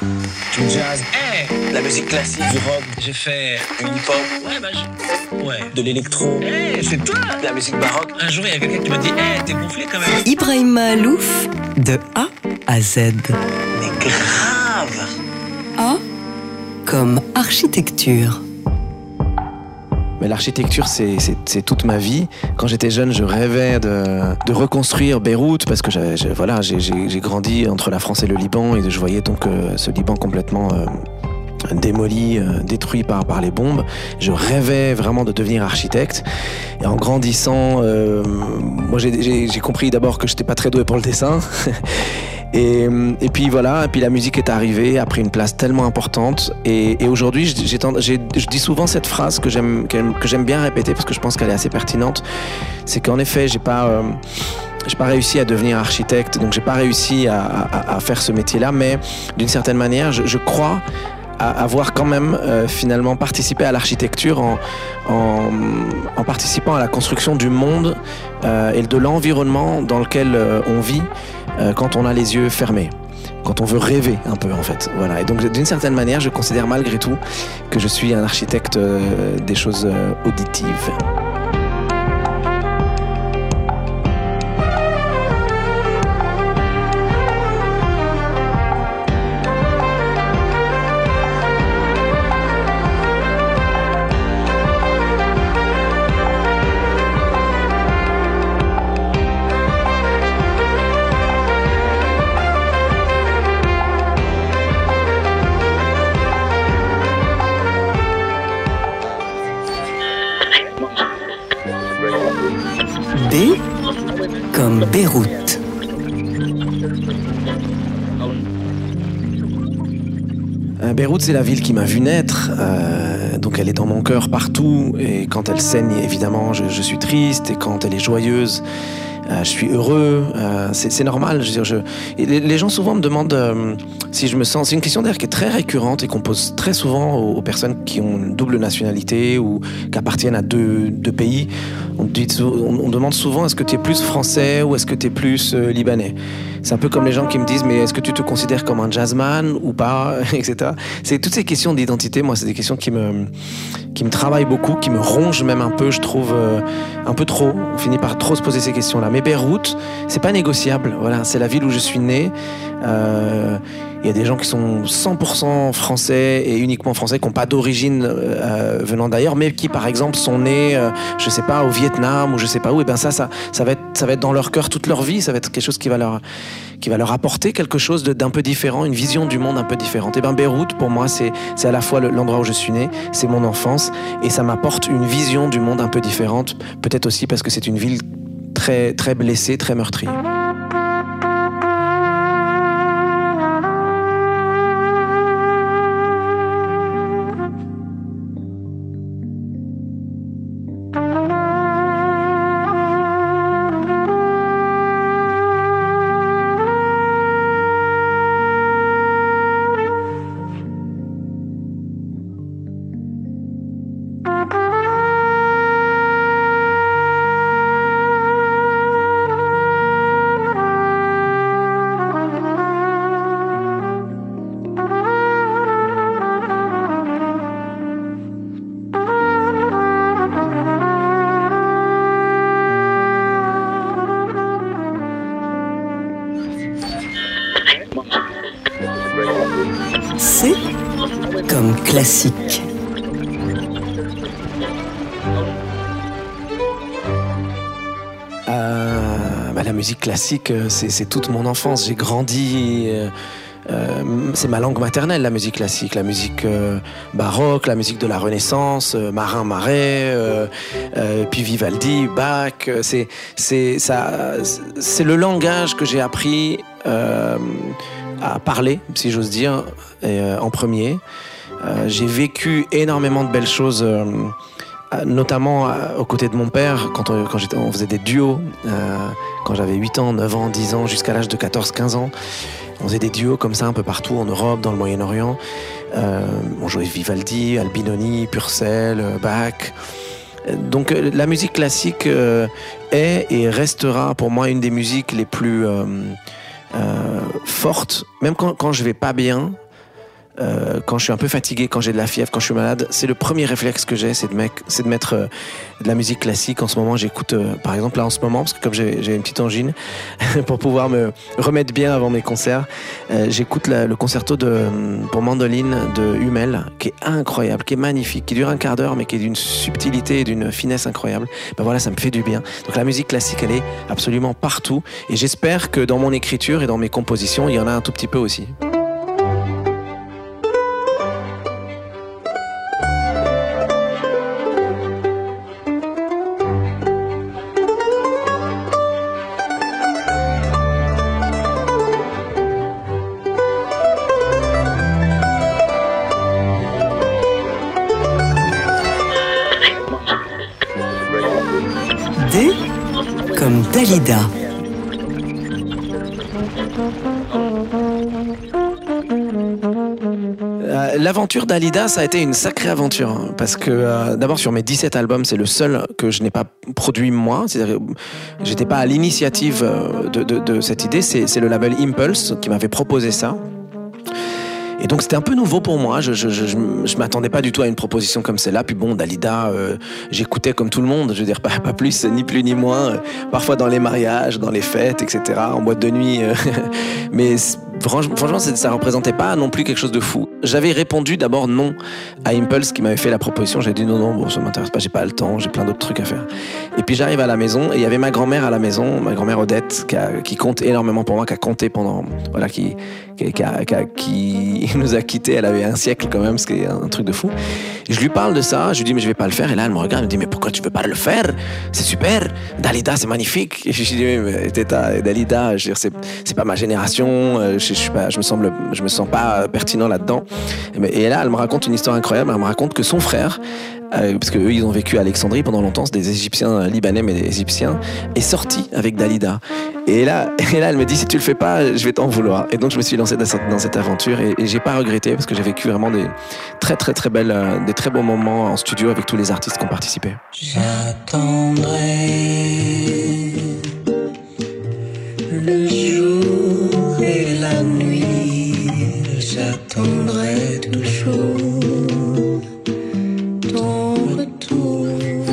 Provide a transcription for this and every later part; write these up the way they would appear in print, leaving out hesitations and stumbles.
Du jazz, La musique classique, du rock, j'ai fait du hip-hop, ouais, de l'électro, c'est toi. de la musique baroque. Un jour, il y a quelqu'un qui m'a dit, t'es gonflé quand même. Ibrahim Alouf, de A à Z. Mais grave. A comme architecture. Mais l'architecture, c'est toute ma vie. Quand j'étais jeune, je rêvais de reconstruire Beyrouth parce que j'ai grandi entre la France et le Liban et je voyais donc ce Liban complètement démoli, détruit par les bombes. Je rêvais vraiment de devenir architecte. Et en grandissant, moi j'ai compris d'abord que j'étais pas très doué pour le dessin. Et puis voilà, et puis la musique est arrivée, a pris une place tellement importante. Et aujourd'hui, je dis souvent cette phrase que j'aime bien répéter parce que je pense qu'elle est assez pertinente. C'est qu'en effet, j'ai pas réussi à devenir architecte, donc j'ai pas réussi à faire ce métier-là, mais d'une certaine manière, je crois avoir quand même finalement participé à l'architecture en participant à la construction du monde et de l'environnement dans lequel on vit quand on a les yeux fermés, quand on veut rêver un peu en fait. Voilà. Et donc d'une certaine manière, je considère malgré tout que je suis un architecte des choses auditives. B comme Beyrouth. Beyrouth, c'est la ville qui m'a vu naître, donc elle est dans mon cœur partout, et quand elle saigne, évidemment, je suis triste, et quand elle est joyeuse, je suis heureux, c'est normal. Je veux dire, les gens souvent me demandent si je me sens... C'est une question d'ailleurs qui est très récurrente et qu'on pose très souvent aux personnes qui ont une double nationalité ou qui appartiennent à deux pays. On demande souvent, est-ce que tu es plus français ou est-ce que tu es plus libanais? C'est un peu comme les gens qui me disent, mais est-ce que tu te considères comme un jazzman ou pas, etc. C'est toutes ces questions d'identité, moi, c'est des questions qui me travaillent beaucoup, qui me rongent même un peu, je trouve, un peu trop. On finit par trop se poser ces questions-là. Mais Beyrouth, c'est pas négociable. Voilà, c'est la ville où je suis né. Il y a des gens qui sont 100% français et uniquement français, qui n'ont pas d'origine venant d'ailleurs, mais qui, par exemple, sont nés, je sais pas, au Vietnam ou je sais pas où. Et ben ça va être dans leur cœur toute leur vie. Ça va être quelque chose qui va leur apporter quelque chose d'un peu différent, une vision du monde un peu différente. Et ben Beyrouth, pour moi, c'est à la fois l'endroit où je suis né, c'est mon enfance, et ça m'apporte une vision du monde un peu différente. Peut-être aussi parce que c'est une ville très, très blessée, très meurtrie. C comme classique. La musique classique, c'est toute mon enfance. J'ai grandi... c'est ma langue maternelle, la musique classique, la musique baroque, la musique de la Renaissance, Marin Marais, puis Vivaldi, Bach. C'est le langage que j'ai appris à parler, si j'ose dire, en premier. J'ai vécu énormément de belles choses, notamment aux côtés de mon père, quand on faisait des duos, quand j'avais 8 ans, 9 ans, 10 ans, jusqu'à l'âge de 14-15 ans. On faisait des duos comme ça un peu partout en Europe, dans le Moyen-Orient. On jouait Vivaldi, Albinoni, Purcell, Bach. Donc la musique classique est et restera pour moi une des musiques les plus fortes. Même quand je vais pas bien, quand je suis un peu fatigué, quand j'ai de la fièvre, quand je suis malade, c'est le premier réflexe que j'ai, c'est de mettre de la musique classique. En ce moment, j'écoute, par exemple, là en ce moment, parce que comme j'ai une petite angine, pour pouvoir me remettre bien avant mes concerts, j'écoute le concerto pour mandoline de Hummel, qui est incroyable, qui est magnifique, qui dure un quart d'heure, mais qui est d'une subtilité et d'une finesse incroyable. Ben voilà, ça me fait du bien. Donc la musique classique, elle est absolument partout, et j'espère que dans mon écriture et dans mes compositions, il y en a un tout petit peu aussi. D comme Dalida. L'aventure d'Alida, ça a été une sacrée aventure, hein, parce que d'abord sur mes 17 albums, c'est le seul que je n'ai pas produit moi, c'est-à-dire j'étais pas à l'initiative de cette idée, c'est le label Impulse qui m'avait proposé ça. Et donc c'était un peu nouveau pour moi, je m'attendais pas du tout à une proposition comme celle-là. Puis bon, Dalida, j'écoutais comme tout le monde, je veux dire pas plus ni plus ni moins, parfois dans les mariages, dans les fêtes, etc., en boîte de nuit, mais franchement ça représentait pas non plus quelque chose de fou. J'avais répondu d'abord non à Impulse qui m'avait fait la proposition, j'ai dit non, bon ça m'intéresse pas, j'ai pas le temps, j'ai plein d'autres trucs à faire. Et puis j'arrive à la maison et il y avait ma grand-mère à la maison, ma grand-mère Odette qui compte énormément pour moi, qui a compté pendant, voilà, qui nous a quittés, elle avait un siècle quand même, ce qui est un truc de fou. Et je lui parle de ça, je lui dis mais je vais pas le faire, et là elle me regarde, elle me dit mais pourquoi tu veux pas le faire, c'est super, Dalida c'est magnifique. Et je lui dis mais Dalida, je veux dire, c'est pas ma génération, je me sens pas pertinent là-dedans. Et là elle me raconte une histoire incroyable, elle me raconte que son frère, parce qu'eux ils ont vécu à Alexandrie pendant longtemps, c'est des Égyptiens libanais mais des Égyptiens, est sorti avec Dalida. Et là elle me dit si tu le fais pas, je vais t'en vouloir. Et donc je me suis lancé dans cette aventure et j'ai pas regretté parce que j'ai vécu vraiment des très très très belles, des très beaux moments en studio avec tous les artistes qui ont participé. J'attendrai le jour et la nuit, j'attendrai toujours ton retour.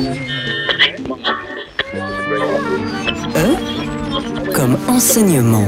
E comme enseignement.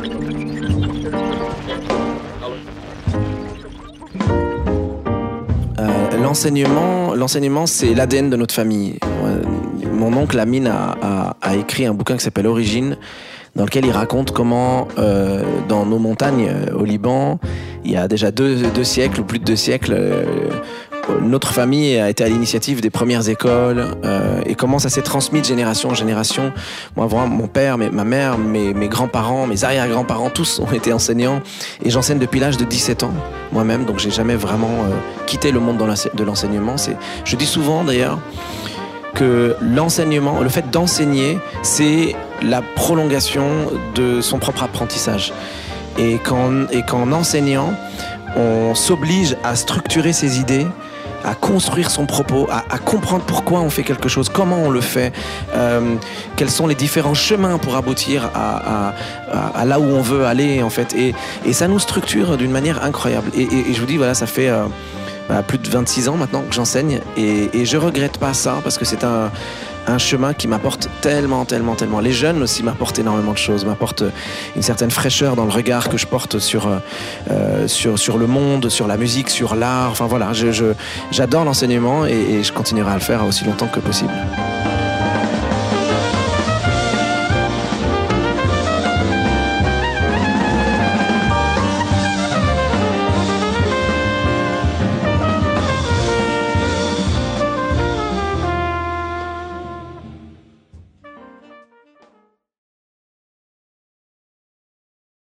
L'enseignement, c'est l'ADN de notre famille. Mon oncle Amine a écrit un bouquin qui s'appelle Origine, dans lequel il raconte comment, dans nos montagnes au Liban, il y a déjà deux siècles, ou plus de 2 siècles, notre famille a été à l'initiative des premières écoles, et comment ça s'est transmis de génération en génération. Moi, vraiment, mon père, ma mère, mes grands-parents, mes arrière-grands-parents, tous ont été enseignants, et j'enseigne depuis l'âge de 17 ans, moi-même, donc j'ai jamais vraiment quitté le monde de l'enseignement. Je dis souvent, d'ailleurs, que l'enseignement, le fait d'enseigner, c'est la prolongation de son propre apprentissage. Et qu'en enseignant, on s'oblige à structurer ses idées, à construire son propos, à comprendre pourquoi on fait quelque chose, comment on le fait, quels sont les différents chemins pour aboutir à là où on veut aller, en fait. Et ça nous structure d'une manière incroyable. Et je vous dis, voilà, ça fait plus de 26 ans maintenant que j'enseigne, et je regrette pas ça, parce que c'est un chemin qui m'apporte tellement. Les jeunes aussi m'apportent énormément de choses, m'apportent une certaine fraîcheur dans le regard que je porte sur le monde, sur la musique, sur l'art. Enfin voilà, j'adore l'enseignement et je continuerai à le faire aussi longtemps que possible.